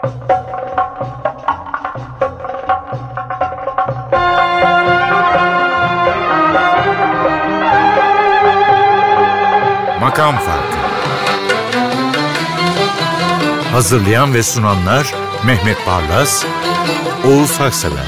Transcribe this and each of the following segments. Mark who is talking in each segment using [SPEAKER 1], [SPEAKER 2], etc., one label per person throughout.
[SPEAKER 1] Makam Farkı. Hazırlayan ve sunanlar Mehmet Barlas, Oğuz Haksever.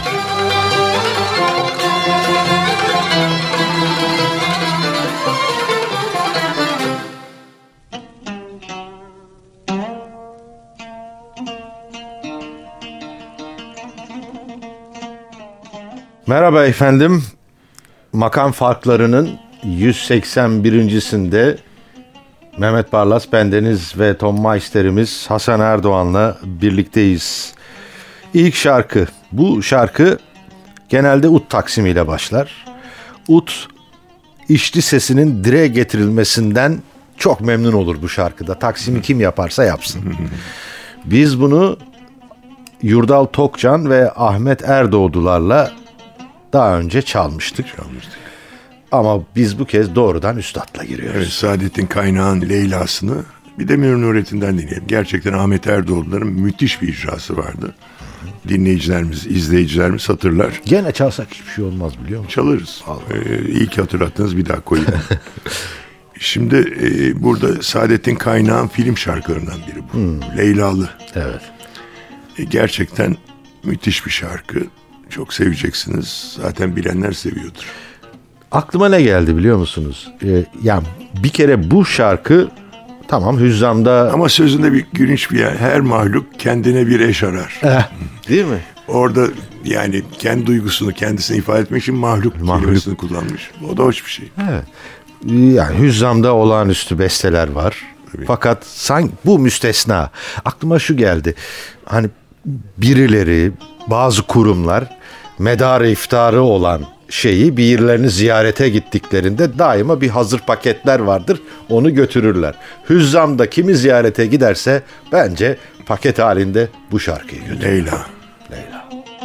[SPEAKER 2] Merhaba efendim. Makam Farkları'nın 181.sinde Mehmet Barlas, bendeniz ve Tom Meister'imiz Hasan Erdoğan'la birlikteyiz. İlk şarkı. Bu şarkı genelde ut taksimiyle başlar. Ut, içli sesinin direğe getirilmesinden çok memnun olur bu şarkıda. Taksimi kim yaparsa yapsın. Biz bunu Yurdal Tokcan ve Ahmet Erdoğdularla daha önce çalmıştık. Ama biz bu kez doğrudan üstadla giriyoruz.
[SPEAKER 3] Evet, Saadettin Kaynağ'ın Leyla'sını bir de Münir Nurettin'den dinleyelim. Gerçekten Ahmet Erdoğdu'ların müthiş bir icrası vardı. Dinleyicilerimiz, izleyicilerimiz hatırlar.
[SPEAKER 2] Gene çalsak hiçbir şey olmaz, biliyor musun?
[SPEAKER 3] Çalarız. İyi ki hatırlattınız, bir daha koyayım. Şimdi burada Saadettin Kaynağ'ın film şarkılarından biri bu. Leylalı.
[SPEAKER 2] Evet.
[SPEAKER 3] Gerçekten müthiş bir şarkı. Çok seveceksiniz. Zaten bilenler seviyordur.
[SPEAKER 2] Aklıma ne geldi biliyor musunuz? Yani bir kere bu şarkı tamam Hüzzam'da...
[SPEAKER 3] Ama sözünde bir gülünç bir yer. Her mahluk kendine bir eş arar.
[SPEAKER 2] Değil mi?
[SPEAKER 3] Orada yani kendi duygusunu kendisine ifade etmek için mahluk kelimesini kullanmış. O da hoş bir şey.
[SPEAKER 2] Evet. Yani Hüzzam'da olağanüstü besteler var.
[SPEAKER 3] Tabii.
[SPEAKER 2] Fakat sanki bu müstesna. Aklıma şu geldi. Hani birileri, bazı kurumlar medarı iftarı olan şeyi birilerini ziyarete gittiklerinde daima bir hazır paketler vardır. Onu götürürler. Hüzzam'da kimi ziyarete giderse bence paket halinde bu şarkıyı götürür.
[SPEAKER 3] Leyla.
[SPEAKER 2] Leyla.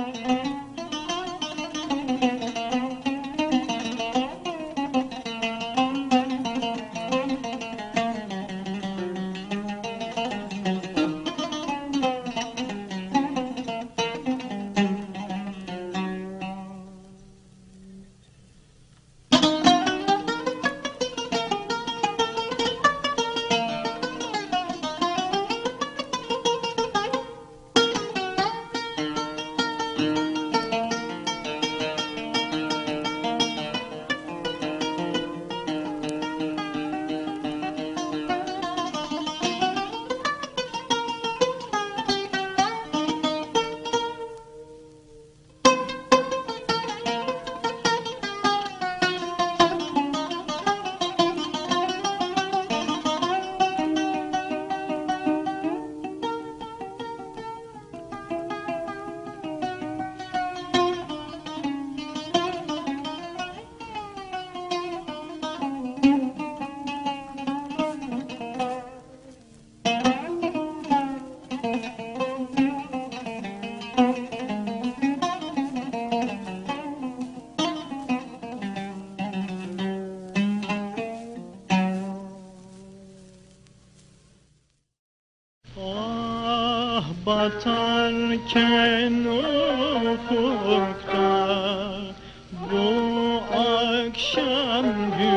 [SPEAKER 4] Batarken ufukta bu akşam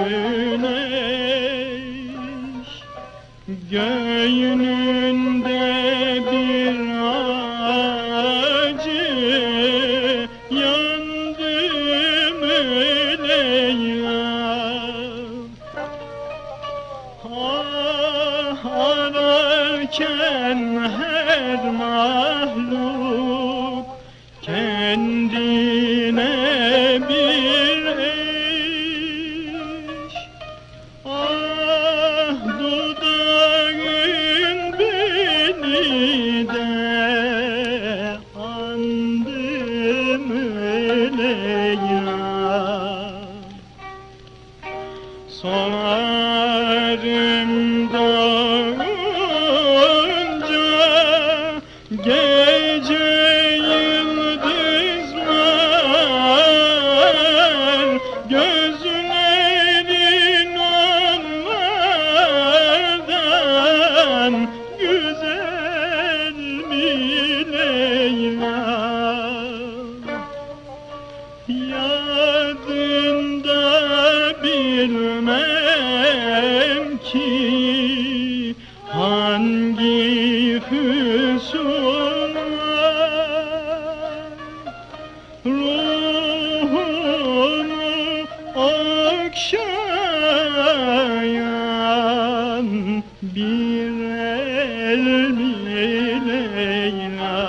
[SPEAKER 4] güneş, göğününde bir acı yandı mı Leyla? Ah, ararken her mahluk kendine bir eş. Ah, dudağın beni de andı mı Leyla? Sorarım doğunca gece yıldızlar, gözlerin onlardan güzel mi sunma, ruhumu okşayan bir el mi Leyla?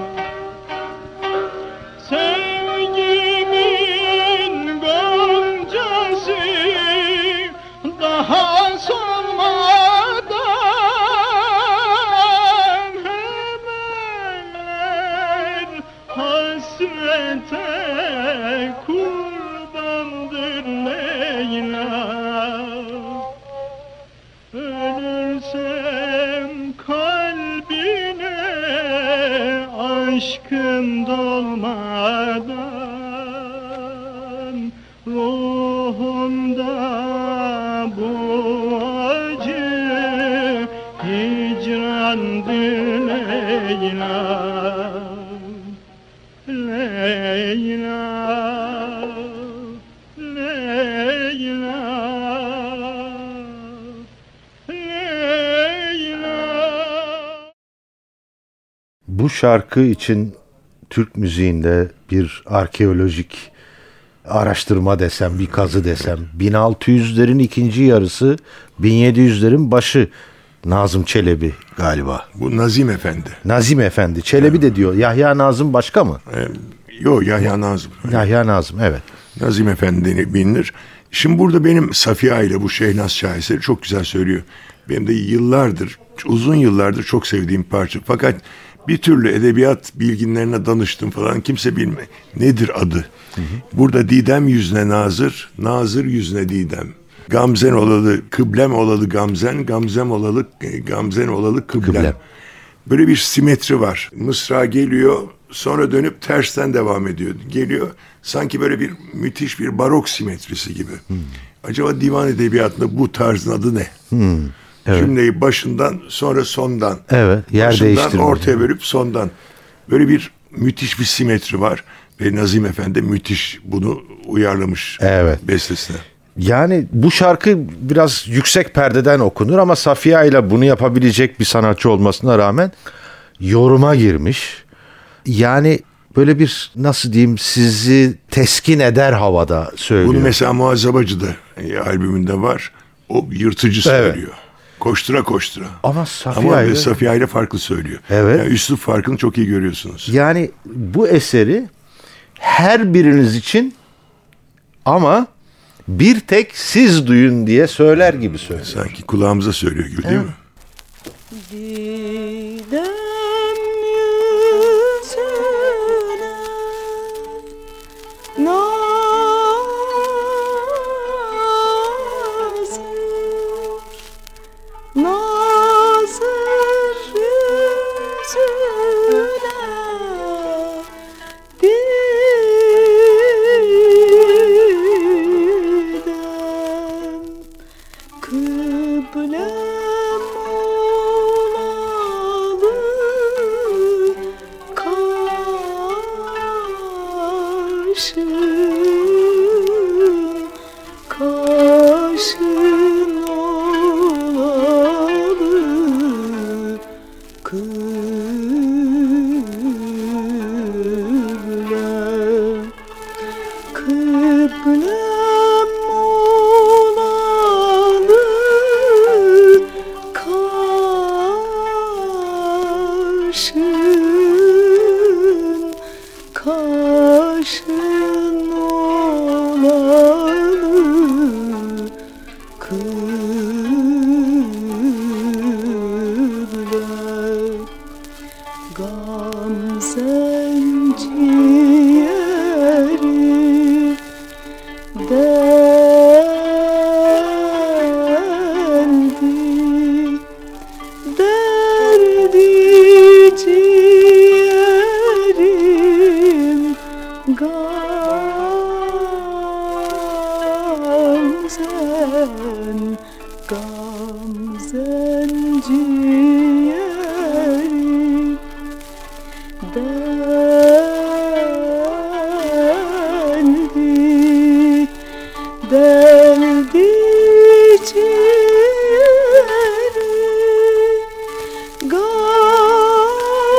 [SPEAKER 4] Sevgimin goncası daha solmadan hemenler hasrete kurbandır Leyla. Ölürsem kalbine aşkın dolmadan, ruhumda bu acı hicrandır Leyla. Leyla, Leyla, Leyla.
[SPEAKER 2] Bu şarkı için Türk müziğinde bir arkeolojik araştırma desem, bir kazı desem, 1600'lerin ikinci yarısı, 1700'lerin başı Nazım Çelebi galiba.
[SPEAKER 3] Bu Nazim Efendi.
[SPEAKER 2] Nazim Efendi. Çelebi de diyor. Yahya Nazım başka mı?
[SPEAKER 3] Yok, Yahya Nazım.
[SPEAKER 2] Yahya Nazım, evet.
[SPEAKER 3] Nazim Efendi bilinir. Şimdi burada benim Safiye ile bu Şehnaz şaheseri çok güzel söylüyor. Benim de yıllardır, uzun yıllardır çok sevdiğim parça. Fakat bir türlü edebiyat bilginlerine danıştım falan. Kimse bilmiyor. Nedir adı? Burada Didem yüzüne Nazır, Nazır yüzüne Didem. Gamzen olalı, kıblem olalı gamzen, gamzem olalı, gamzen olalı kıblem.
[SPEAKER 2] Kıblem.
[SPEAKER 3] Böyle bir simetri var. Mısra geliyor, sonra dönüp tersten devam ediyor. Geliyor, sanki böyle bir müthiş bir barok simetrisi gibi. Acaba divan edebiyatında bu tarzın adı ne? Evet. Cümleyi başından sonra sondan.
[SPEAKER 2] Evet, yer
[SPEAKER 3] başından
[SPEAKER 2] değiştirme.
[SPEAKER 3] ortaya bölüp sondan. Böyle bir müthiş bir simetri var. Ve Nazim Efendi müthiş bunu uyarlamış bestesine.
[SPEAKER 2] Yani bu şarkı biraz yüksek perdeden okunur ama Safiye ile bunu yapabilecek bir sanatçı olmasına rağmen yoruma girmiş. Yani böyle bir, nasıl diyeyim, sizi teskin eder havada söylüyor.
[SPEAKER 3] Bunu mesela Muazzabacı'da albümünde var. O yırtıcı söylüyor. Koştura koştura.
[SPEAKER 2] Ama
[SPEAKER 3] Safiye ile farklı söylüyor.
[SPEAKER 2] Evet.
[SPEAKER 3] Yani üslup farkını çok iyi görüyorsunuz.
[SPEAKER 2] Yani bu eseri her biriniz için ama bir tek siz duyun diye söyler gibi söylüyor.
[SPEAKER 3] Sanki kulağımıza söylüyor gibi, değil mi?
[SPEAKER 5] Didem yüzüne nazır, nazır yüzüne didem, kıblem olalı kaşın olalı kıblem olalı kaşın olalı kıblem, gamzen ciğeri derdi ciğerim, gamzen, gamzen ciğerim, deldi ciğerim, gamzen,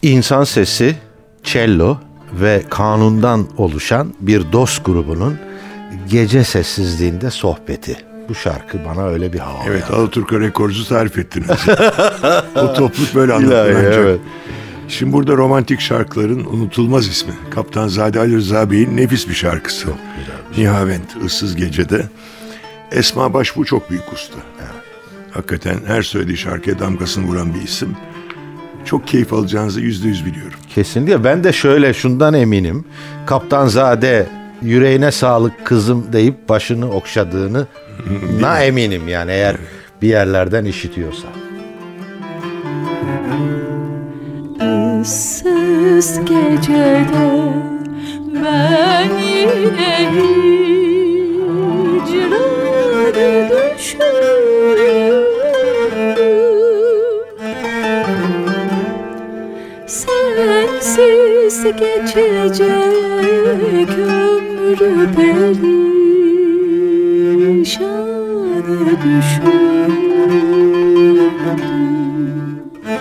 [SPEAKER 2] İnsan Sesi, cello ve kanundan oluşan bir dost grubunun gece sessizliğinde sohbeti. Bu şarkı bana öyle bir hava.
[SPEAKER 3] Evet, Alaturka Rekords'u tarif ettiniz. O topluluk böyle anlatılır ancak.
[SPEAKER 2] Evet.
[SPEAKER 3] Şimdi burada romantik şarkıların unutulmaz ismi. Kaptanzade Ali Rıza Bey'in nefis bir şarkısı. Nihavent, Issız Gece'de. Esma Başbuğ çok büyük usta. Hakikaten her söylediği şarkıya damgasını vuran bir isim. Çok keyif alacağınızı %100 biliyorum.
[SPEAKER 2] Kesinlikle. Ben de şöyle şundan eminim. Kaptanzade yüreğine sağlık kızım deyip başını okşadığını eminim yani, eğer bir yerlerden işitiyorsa.
[SPEAKER 5] Issız gecede ben yine hicrana düşürdüm. Sensiz geçecek ömrü perişana düşürdüm.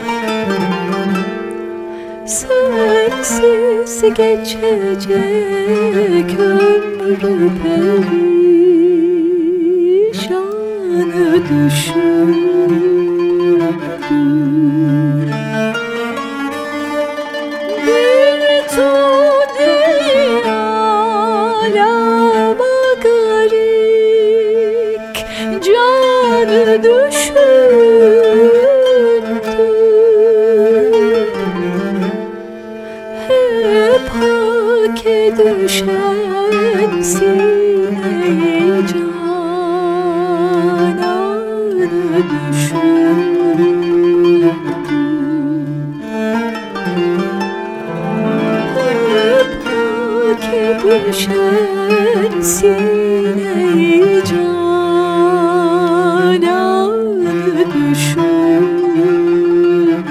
[SPEAKER 5] Sensiz geçecek ömrü perişana düşürdüm. Bir dünyalama garip canı düşürdüm. Hep hak düşen sineye cananı düşürdüm. Düşen sineyi cananı düşürdüm.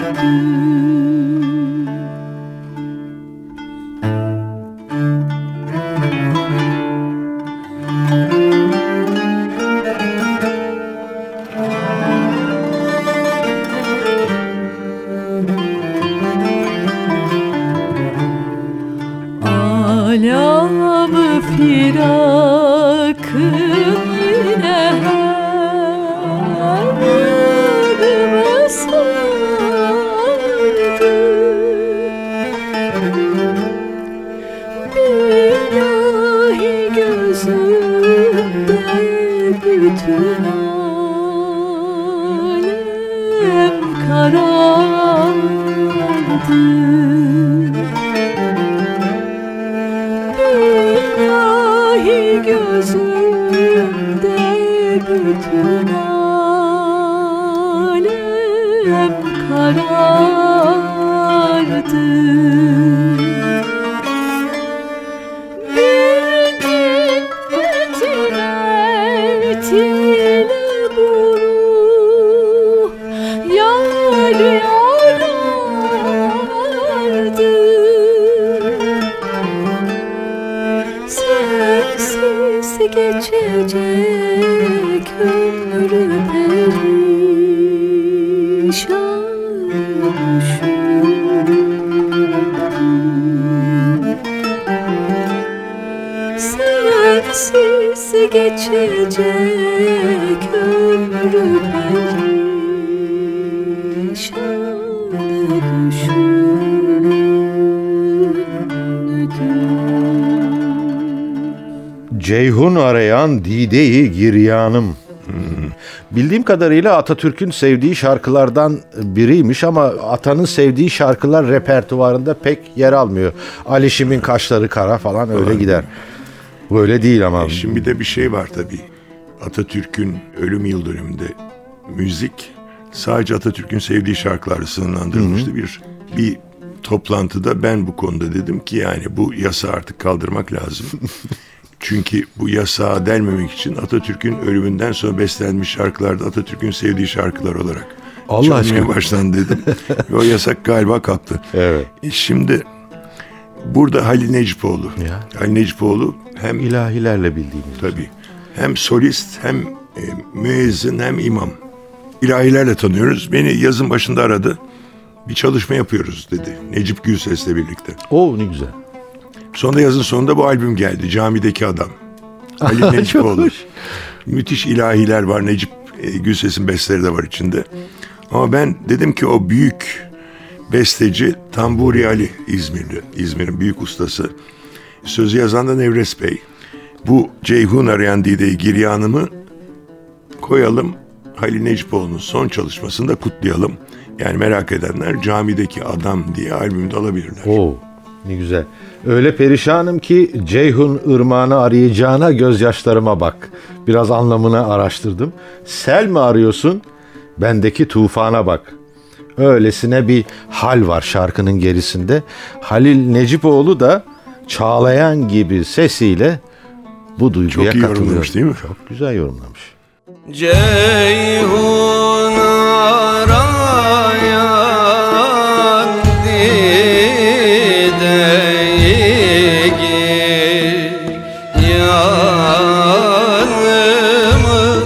[SPEAKER 5] Alamı firakım yine her yanıma sardı. Billahi gözümde bütün alem karardı. Gözümde bütün alem karardı. Bir gün fetihetiyle bu ruh yar arardı. Sensiz geçecek ömrü perişan düşürdüm. Sensiz geçecek ömrü perişan düşürdüm.
[SPEAKER 2] Ceyhun arayan Dide-i Giryanım. Bildiğim kadarıyla Atatürk'ün sevdiği şarkılardan biriymiş ama Atan'ın sevdiği şarkılar repertuvarında pek yer almıyor. Ali Şim'in Kaşları Kara falan öyle gider. Böyle değil ama.
[SPEAKER 3] Şimdi bir de bir şey var tabii. Atatürk'ün ölüm yıl dönümünde müzik sadece Atatürk'ün sevdiği şarkılarla sınırlandırılmıştı. Bir toplantıda ben bu konuda dedim ki yani bu yasa artık kaldırmak lazım. Çünkü bu yasağa delmemek için Atatürk'ün ölümünden sonra bestelenmiş şarkılarda Atatürk'ün sevdiği şarkılar olarak
[SPEAKER 2] Allah aşkına
[SPEAKER 3] baştan dedim. Ve o yasak galiba kalktı.
[SPEAKER 2] Evet.
[SPEAKER 3] Şimdi burada Halil Necipoğlu.
[SPEAKER 2] Ya.
[SPEAKER 3] Halil Necipoğlu hem
[SPEAKER 2] ilahilerle bildiğimiz.
[SPEAKER 3] tabii hem solist hem müezzin hem imam. İlahilerle tanıyoruz. Beni yazın başında aradı. bir çalışma yapıyoruz dedi. Necip Gülses'le birlikte.
[SPEAKER 2] Oo, ne güzel.
[SPEAKER 3] Sonra yazın sonunda bu albüm geldi. Camideki Adam. Ali Necipoğlu. Müthiş ilahiler var. Necip Gülses'in besteleri de var içinde. Ama ben dedim ki o büyük besteci Tamburi Ali İzmirli. İzmir'in büyük ustası. Sözü yazan da Nevres Bey. Bu Ceyhun arayan Dide-i Giryanım'ı koyalım. Halil Necipoğlu'nun son çalışmasını da kutlayalım. Yani merak edenler Camideki Adam diye albümde alabilirler.
[SPEAKER 2] Oo, ne güzel. Öyle perişanım ki Ceyhun ırmağını arayacağına gözyaşlarıma bak. Biraz anlamını araştırdım. Sel mi arıyorsun? Bendeki tufana bak. Öylesine bir hal var şarkının gerisinde. Halil Necipoğlu da çağlayan gibi sesiyle bu duyguya
[SPEAKER 3] Çok iyi
[SPEAKER 2] katılıyor.
[SPEAKER 3] yorumlamış değil mi?
[SPEAKER 2] Çok güzel yorumlamış.
[SPEAKER 6] Ceyhun arayan Dide-i Giryanımı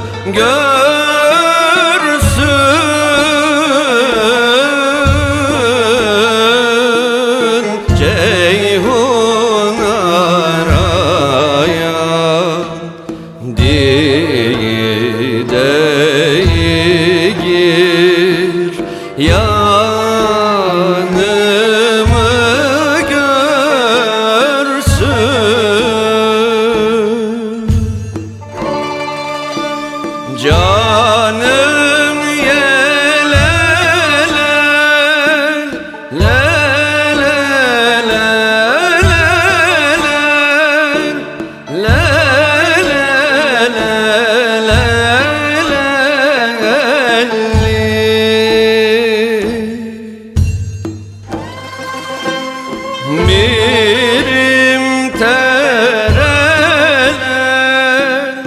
[SPEAKER 6] görsün. Ceyhun arayan Dide-i Giryanımı görsün. Canım yeleler, mirim tereler,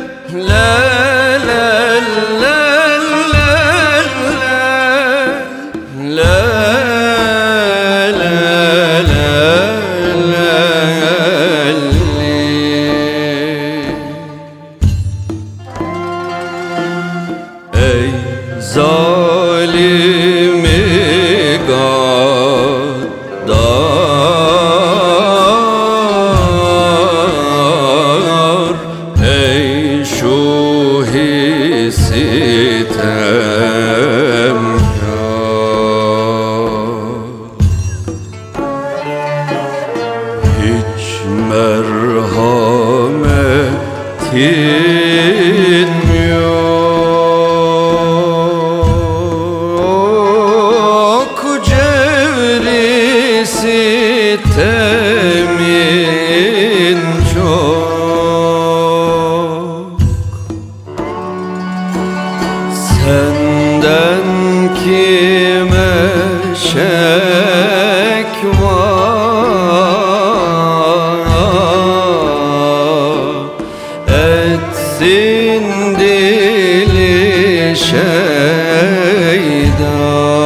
[SPEAKER 6] ey zalimi gaddar, ey şuhi sitemkar, hiç merhametin yok, cevri sitemin çok. Senden kime şekva etsin dili şeyda.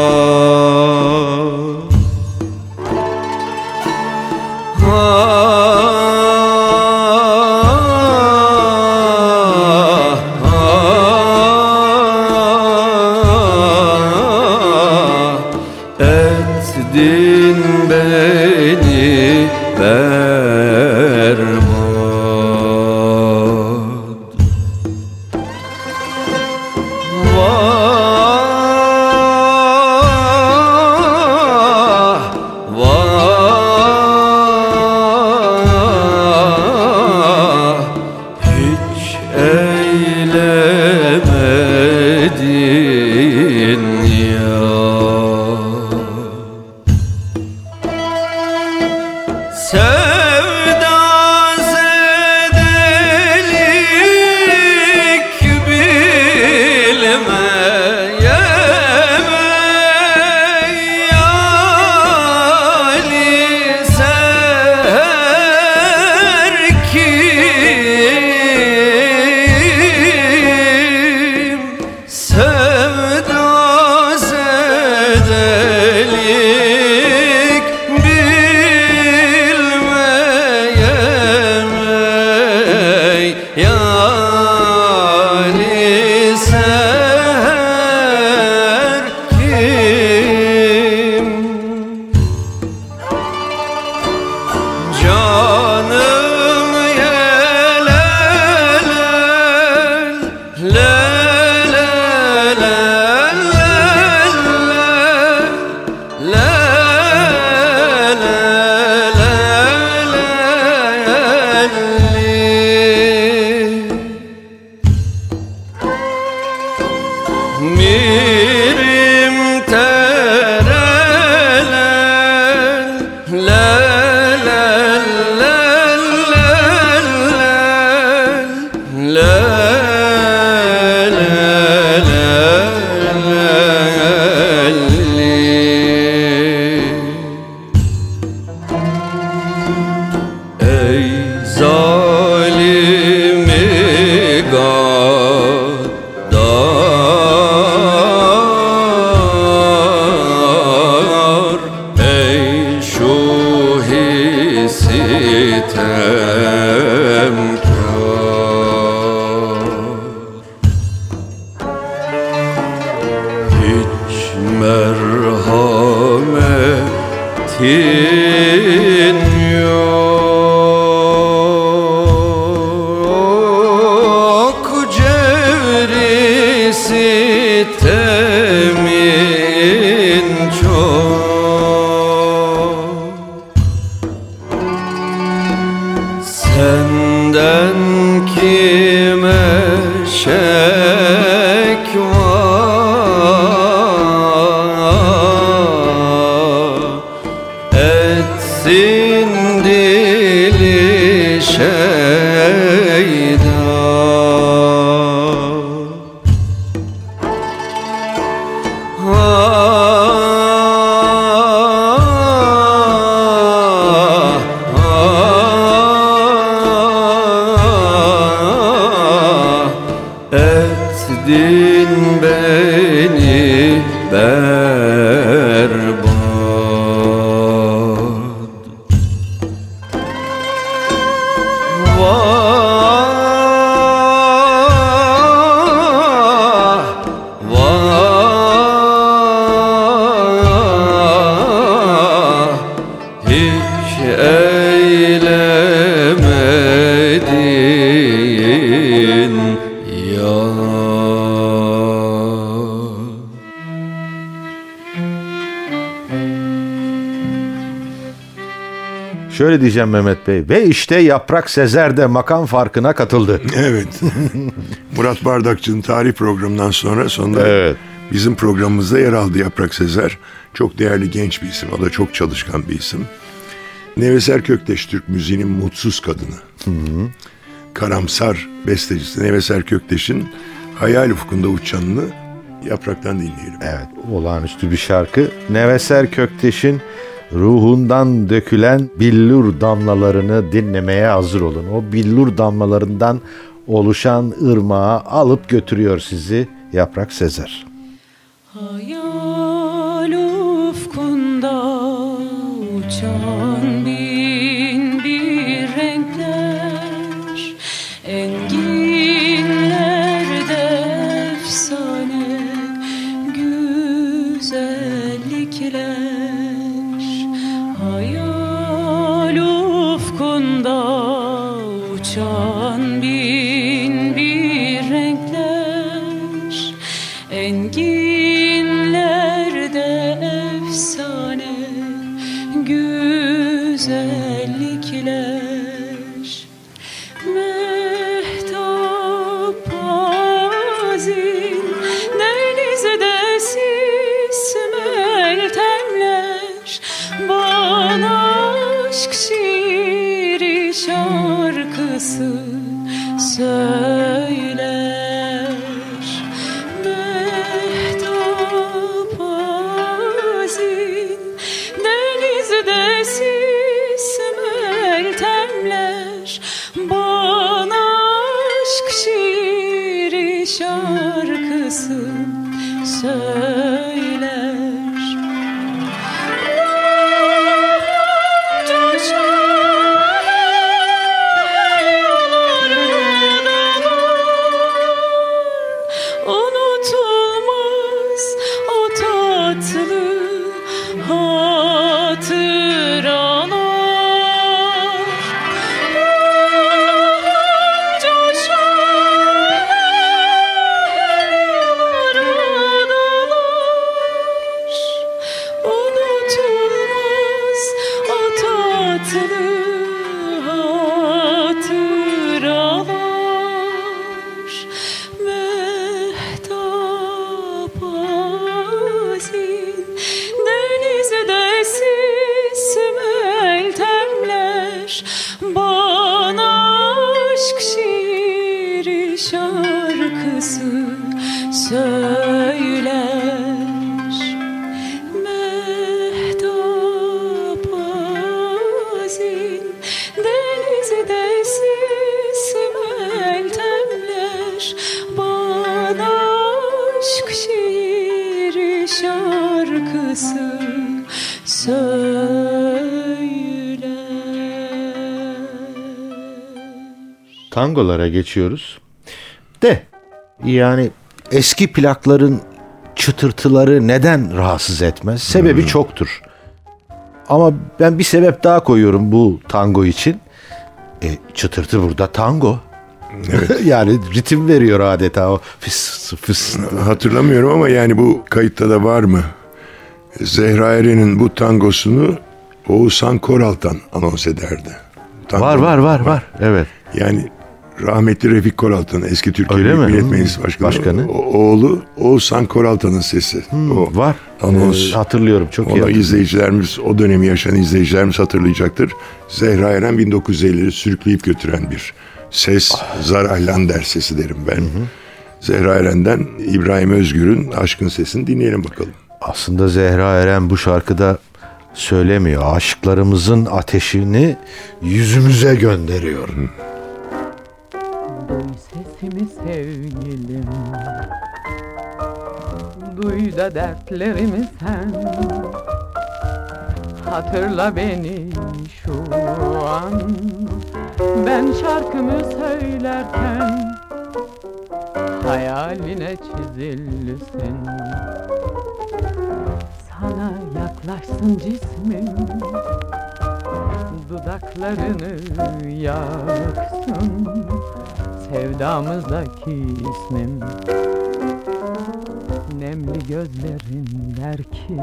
[SPEAKER 6] Ettin beni berbat. Vah, vah, hiç eylemedin ya. Sevda zedelik bilmeyemeyali seher kim? Sevda zedelik bilmeyemeyali ey zalimi gaddar, ey şu sitemkar. Hiç merhametin yok, cevri sitemin çok. Senden kime şek var, etsin dili şeyda. Ettin beni berbat. Vah, vah, hiç eylemedin ya.
[SPEAKER 2] Şöyle diyeceğim Mehmet Bey. Ve işte Yaprak Sezer de makam farkına katıldı.
[SPEAKER 3] Evet. Murat Bardakçı'nın tarih programından sonra
[SPEAKER 2] Evet.
[SPEAKER 3] bizim programımızda yer aldı Yaprak Sezer. Çok değerli genç bir isim. O da çok çalışkan bir isim. Neveser Kökteş Türk müziğinin mutsuz kadını. Karamsar bestecisi Neveser Kökteş'in Hayal Ufkunda Uçanını Yaprak'tan dinleyelim.
[SPEAKER 2] Evet, olağanüstü bir şarkı. Neveser Kökteş'in ruhundan dökülen billur damlalarını dinlemeye hazır olun. O billur damlalarından oluşan ırmağa alıp götürüyor sizi Yaprak Sezer.
[SPEAKER 5] Hayal ufkunda uçan bin bir renkler, enginlerde efsane güzellikler. Hayal ufkunda uçan bin bir renkler, enginlerde efsane güzellikler. Mehtap azin denizde meltemler, bana aşk şiiri şarkısı söyler. Mehtap azin denizde meltemler, bana aşk şiiri şarkısı söyler. Unutulmaz o tatlı hatıralar. Unutulmaz o tatlı hatıralar. Mehtap azin denizde meltemler, bana aşk şiiri şarkısı söyler. Mehtap azin
[SPEAKER 2] tangolara geçiyoruz. Yani eski plakların çıtırtıları neden rahatsız etmez? Sebebi çoktur. Ama ben bir sebep daha koyuyorum bu tango için. Çıtırtı burada tango. Evet. Yani ritim veriyor adeta o fıs fıs.
[SPEAKER 3] Hatırlamıyorum ama yani bu kayıtta da var mı? Zehra Eren'in bu tangosunu Oğuzhan Koral'tan anons ederdi.
[SPEAKER 2] Var. Evet.
[SPEAKER 3] Yani rahmetli Refik Koraltan, eski Türkiye Büyük Millet Meclisi Başkanı. Oğlu Oğuzhan Koraltan'ın sesi. O
[SPEAKER 2] Var.
[SPEAKER 3] Anons.
[SPEAKER 2] Hatırlıyorum. Çok iyi.
[SPEAKER 3] Onu izleyicilerimiz, o dönemi yaşayan izleyicilerimiz hatırlayacaktır. Zehra Eren 1950'leri sürükleyip götüren bir ses. Zarah Lander sesi derim ben. Zehra Eren'den İbrahim Özgür'ün Aşkın Sesini dinleyelim bakalım.
[SPEAKER 2] Aslında Zehra Eren bu şarkıda söylemiyor. Aşklarımızın ateşini yüzümüze gönderiyor.
[SPEAKER 7] Duy sesimi sevgilim, duy da dertlerimi sen. Hatırla beni şu an, ben şarkımı söylerken hayaline çizilsin. Sana yaklaşsın cismim, dudaklarını yaksın, sevdamızdaki ismim. Nemli gözlerin der ki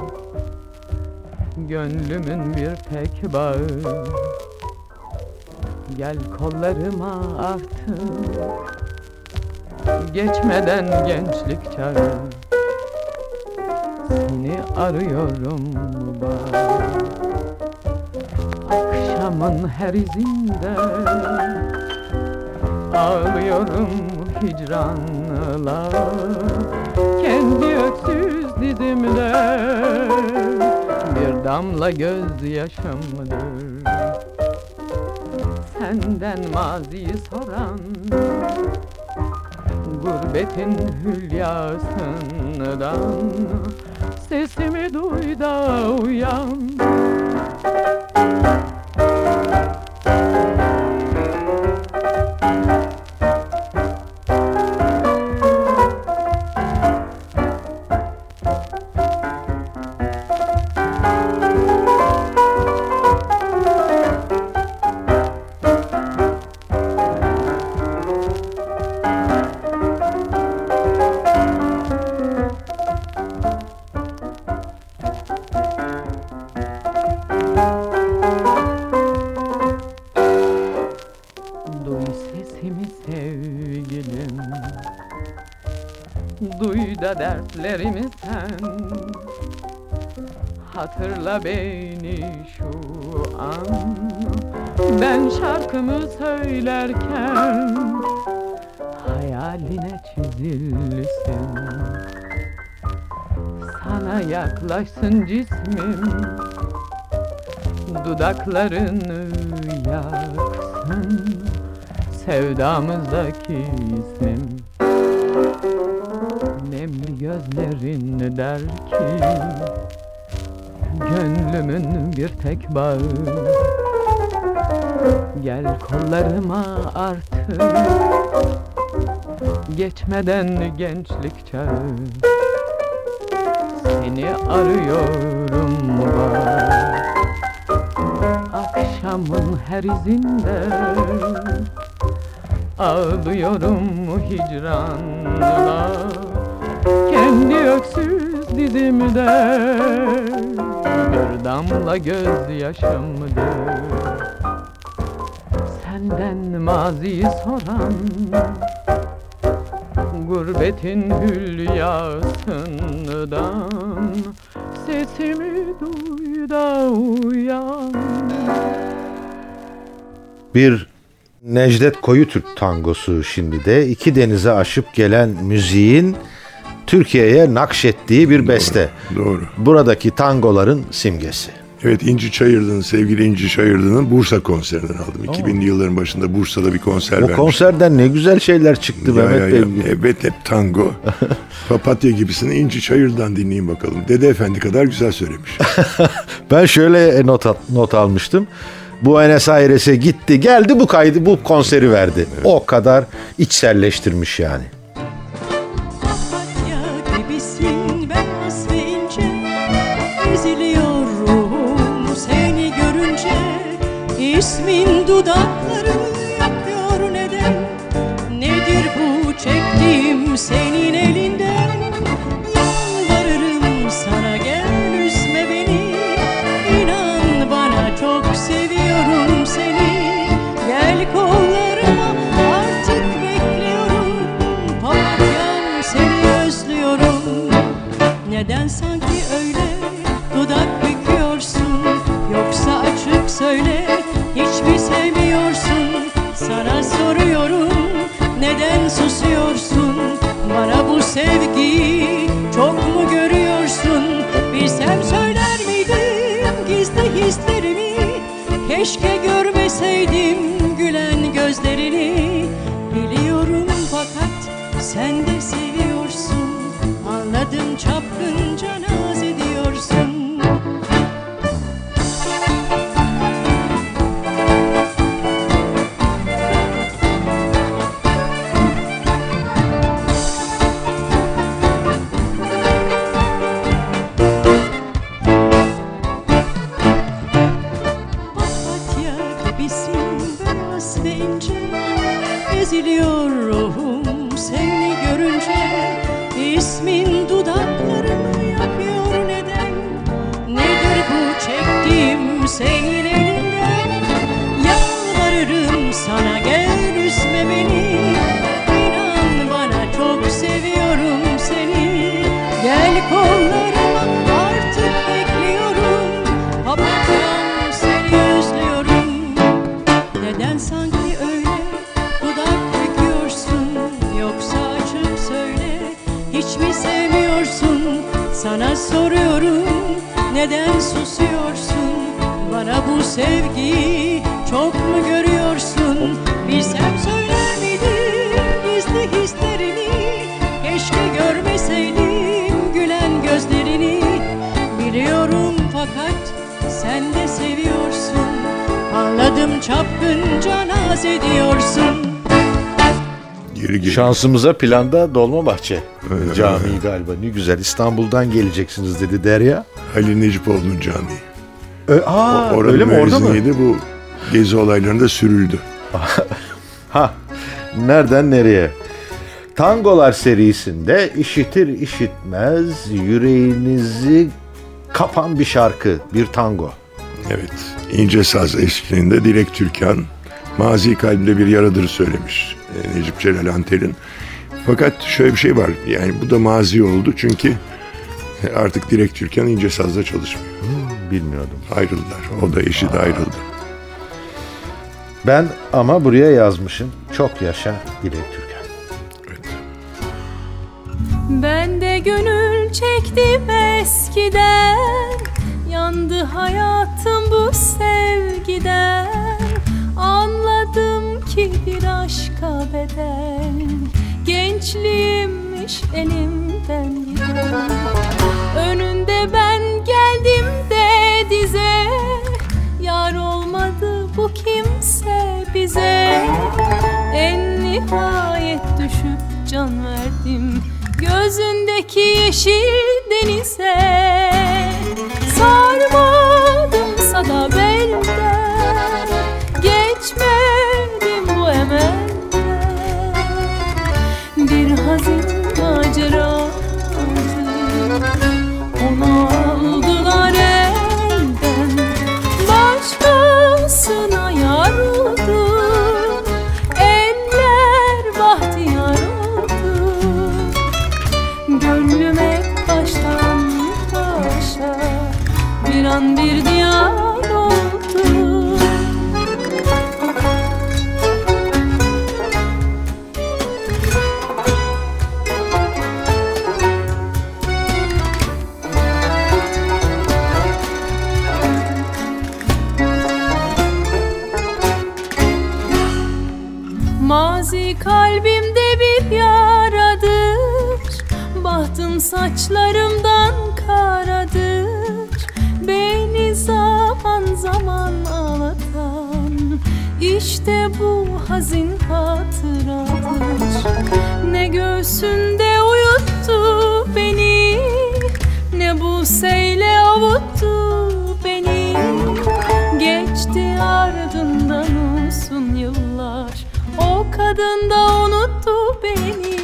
[SPEAKER 7] gönlümün bir tek bağı. Gel kollarıma artık, geçmeden gençlik çağı. Seni arıyorum bak, akşamın her izinde ağlıyorum hicranla, kendi öksüz dizimde bir damla gözyaşımdır. Senden maziyi soran, gurbetin hülyasından sesimi duy da uyan. Duy da dertlerimi sen, hatırla beni şu an, ben şarkımı söylerken hayaline çizilsin. Sana yaklaşsın cismim, dudaklarını yaksın, sevdamızdaki ismim. Nemli gözlerin der ki gönlümün bir tek bağı. Gel kollarıma artık, geçmeden gençlik çağı. Seni arıyorum bak, akşamın her izinde ağlıyorum hicranla, kendi öksüz dizimde bir damla gözyaşımdır. Senden maziyi soran, gurbetin hülyasından sesimi duy da uyan.
[SPEAKER 2] Bir Necdet Koyutürk tangosu şimdi de iki denize aşıp gelen müziğin Türkiye'ye nakşettiği bir beste.
[SPEAKER 3] Doğru.
[SPEAKER 2] Buradaki tangoların simgesi.
[SPEAKER 3] Evet, İnci Çayırlı'nın, sevgili İnci Çayırlı'nın Bursa konserinden aldım. 2000'li yılların başında Bursa'da bir konser
[SPEAKER 2] O
[SPEAKER 3] vermiş.
[SPEAKER 2] konserden ne güzel şeyler çıktı Mehmet Bey.
[SPEAKER 3] Evet, hep tango. Papatya gibisini İnci Çayırlı'dan dinleyin bakalım. Dede Efendi kadar güzel söylemiş.
[SPEAKER 2] Ben şöyle not almıştım. Buenos Aires'e gitti, geldi, bu konseri verdi. Evet. O kadar içselleştirmiş yani.
[SPEAKER 5] Papatya gibisin beyaz ve ince, eziliyor ruhum seni görünce. İsmin dudaklarımı yakıyor neden? Nedir bu çektiğim senin elinden? Yalvarırım sana, gel üzme beni. İnan bana, çok seviyorum seni. Gel kollarıma, artık bekliyorum. Papatyam, seni özlüyorum. Neden sanki öyle dudak büküyorsun? Yoksa açık söyle, hiç mi sevmiyorsun? Sana soruyorum, neden susuyorsun? Bana bu sevgiyi çok mu görüyorsun? Bilsem söyler miydim gizli hislerimi? Keşke görmeseydim gülen gözlerini. Biliyorum fakat sen de seviyorsun. Anladım, çapkınca naz ediyorsun. Papatya gibisin beyaz ve ince, eziliyor ruhum seni görünce. İsmin dudaklarımı yakıyor neden? Nedir bu çektiğim senin elinden? Yalvarırım sana, gel üzme beni. İnan bana, çok seviyorum seni. Gel kollarıma, artık bekliyorum. Papatyam, seni özlüyorum. Neden sanki öyle dudak büküyorsun? Yoksa açık söyle, hiç mi sevmiyorsun? Sana soruyorum, neden susuyorsun? Bana bu sevgiyi çok mu görüyorsun? Bilsem söyler miydim gizli hislerini? Keşke görmeseydim gülen gözlerini. Biliyorum fakat sen de seviyorsun. Anladım, çapkınca naz ediyorsun.
[SPEAKER 3] Geri.
[SPEAKER 2] Şansımıza planda Dolmabahçe Camii galiba. Ne güzel, İstanbul'dan geleceksiniz dedi Derya.
[SPEAKER 3] Halil Necipoğlu'nun camii.
[SPEAKER 2] Öyle mi, orada mı?
[SPEAKER 3] Bu gezi olaylarında sürüldü.
[SPEAKER 2] Ha, nereden nereye? Tangolar serisinde işitir işitmez yüreğinizi kapan bir şarkı, bir tango.
[SPEAKER 3] Evet, İnce Saz eşliğinde Dilek Türkan, Mazi Kalbimde Bir Yaradır söylemiş Necip Celal Antel'in. Fakat şöyle bir şey var, yani bu da mazi oldu çünkü artık Dilek Türkan İnce Saz'da çalışmıyor.
[SPEAKER 2] Bilmiyordum.
[SPEAKER 3] Ayrıldılar, o da eşi de ayrıldı.
[SPEAKER 2] Ben ama buraya yazmışım, çok yaşa Dilek Türkan.
[SPEAKER 3] Evet.
[SPEAKER 5] Ben de gönül çektim eskiden, yandı hayatım bu sevgiden. Anladım ki bir aşka bedel, gençliğimmiş elimden giden. Önünde ben geldim de dize, yar olmadı bu kimse bize. En nihayet düşüp can verdim gözündeki yeşil denize. Sarmadımsa da belden, geçmedim bu emelden. Bir hazin maceraydı, onu aldılar elden. Başkasına yar oldu, eller bahtiyar oldu. Gönlüme baştan Bahti kalbimde bir yaradır, bahtım saçlarımdan karadır. Beni zaman zaman ağlatan İşte bu hazin hatıradır. Ne göğsünde uyuttu beni, ne bu seyle avuttu beni. Geçti ardından uzun yıllar, o kadın da unuttu beni.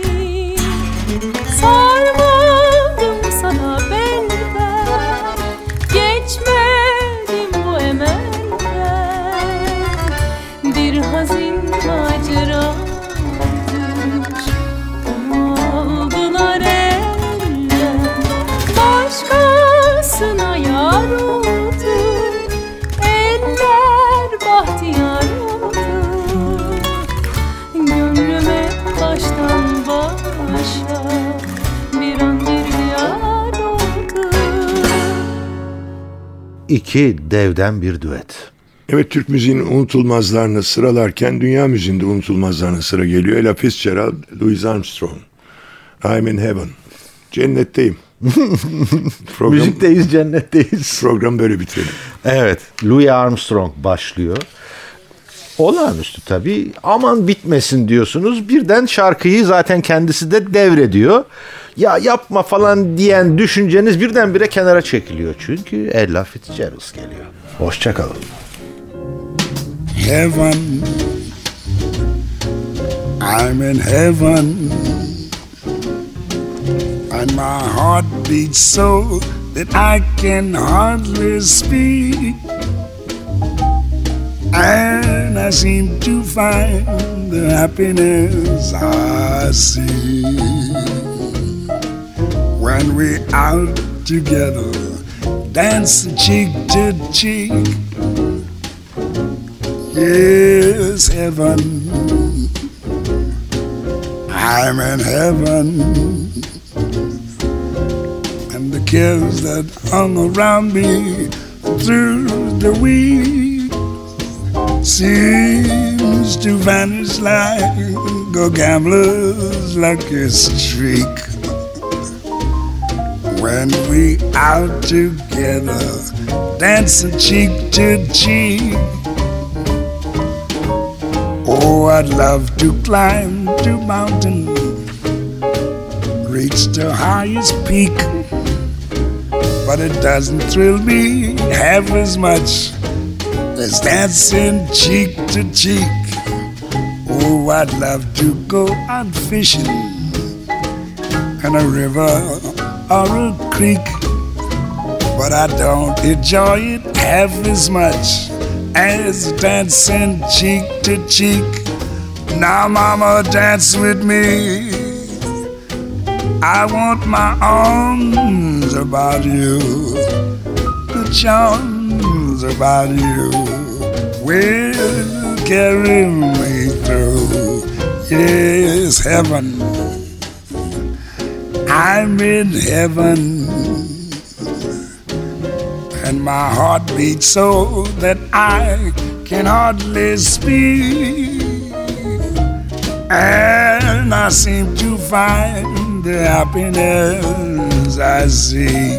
[SPEAKER 5] Sarmadım sana benden, geçmedim bu emelden. Bir hazin maceradır, onu aldılar elden. Başkasına yar oldu, eller bahtiyar oldu. Gönlüme baştan başa bir an bir yar oldu.
[SPEAKER 2] İki devden bir düet.
[SPEAKER 3] Evet, Türk müziğinin unutulmazlarını sıralarken dünya müziğinde unutulmazlarına sıra geliyor. Ella Fitzgerald, Louis Armstrong. I'm in heaven. Cennetteyim.
[SPEAKER 2] Müzikteyiz, cennetteyiz.
[SPEAKER 3] Program böyle bitirelim.
[SPEAKER 2] Evet, Louis Armstrong başlıyor. Olağanüstü tabii. Aman bitmesin diyorsunuz. Birden şarkıyı zaten kendisi de devrediyor. Ya yapma falan diyen düşünceniz birdenbire kenara çekiliyor. Çünkü Ella Fitzgerald geliyor. Hoşça kalın.
[SPEAKER 8] Heaven, I'm in heaven, and my heart beats so that I can hardly speak, and I seem to find the happiness I see when we're out together, dancing cheek to cheek. Yes, heaven, I'm in heaven, and the cares that hung around me through the week seems to vanish like a gambler's lucky streak. When we out together, dancing cheek to cheek. Oh, I'd love to climb the mountain, reach the highest peak, but it doesn't thrill me half as much as dancing cheek to cheek. Oh, I'd love to go out fishing in a river or a creek, but I don't enjoy it half as much as dancing cheek to cheek. Now, mama, dance with me. I want my arms about you, the charms about you will carry me through. Yes, heaven, I'm in heaven, and my heart beats so that I can hardly speak, and I seem to find the happiness I seek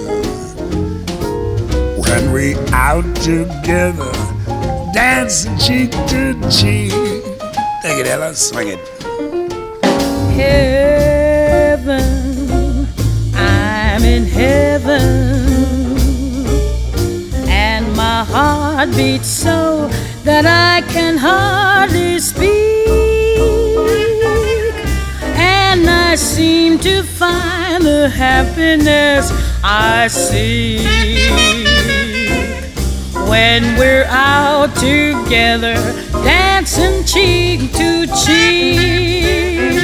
[SPEAKER 8] when we out together, dancing cheek to cheek. Take it, Ella, swing it.
[SPEAKER 5] Heaven, I'm in heaven, and my heart beats so that I can hardly speak, and I seem to find the happiness I seek when we're out together, dancing cheek to cheek.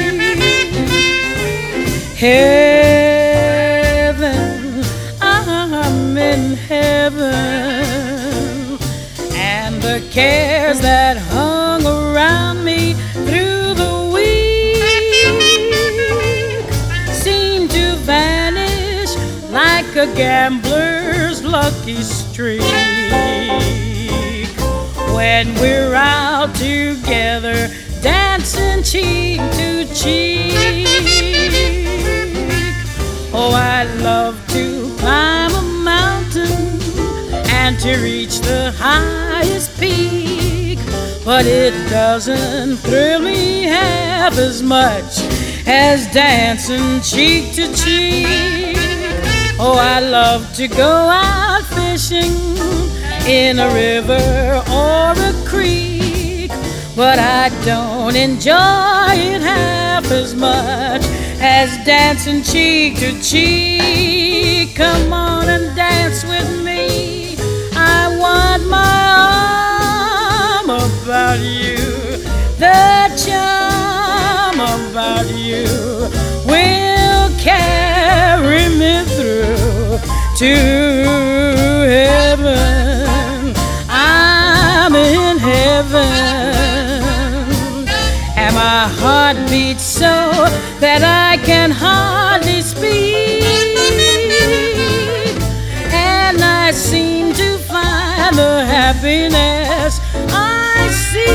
[SPEAKER 5] Heaven, I'm in heaven, and the cares that hung around me through the week seem to vanish like a gambler's lucky streak when we're out together, dancing dancing cheek to cheek. Oh, I love to climb a mountain and to reach the highest peak, but it doesn't thrill me half as much as dancing cheek to cheek. Oh, I love to go out fishing in a river or a creek, but I don't enjoy it half as much as dancing cheek to cheek. Come on and dance with me, I want my arm about you. The charm about you will carry me through to heaven. I'm in heaven, and my heart beats so that I can hardly speak, and I seem to find the happiness I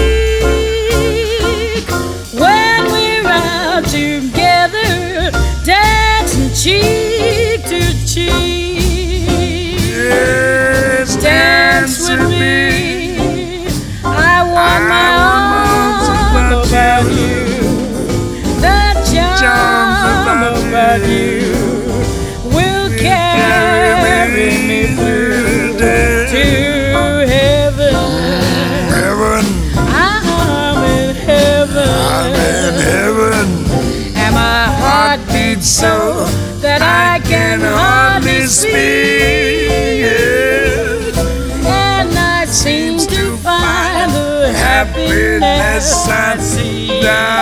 [SPEAKER 5] seek when we're out together, dancing cheek to cheek.
[SPEAKER 8] Yes,
[SPEAKER 5] Dance with me, I want my arms about you. The charm about you will carry me through to heaven.
[SPEAKER 8] Heaven,
[SPEAKER 5] I'm in heaven,
[SPEAKER 8] I'm in heaven.
[SPEAKER 5] and my heart beats so that I can hardly speak, and I seem to find the happiness I see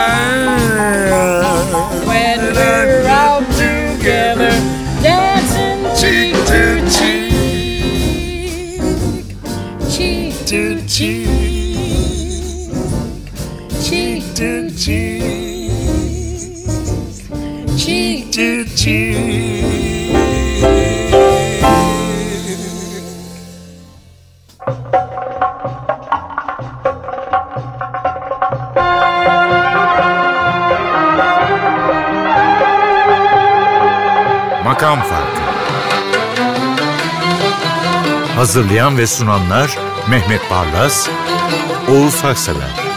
[SPEAKER 5] when we're out together, dancing cheek to cheek, cheek to cheek, cheek to cheek, cheek to cheek.
[SPEAKER 1] Makam Farkı. Hazırlayan ve sunanlar Mehmet Barlas, Oğuz Haksever.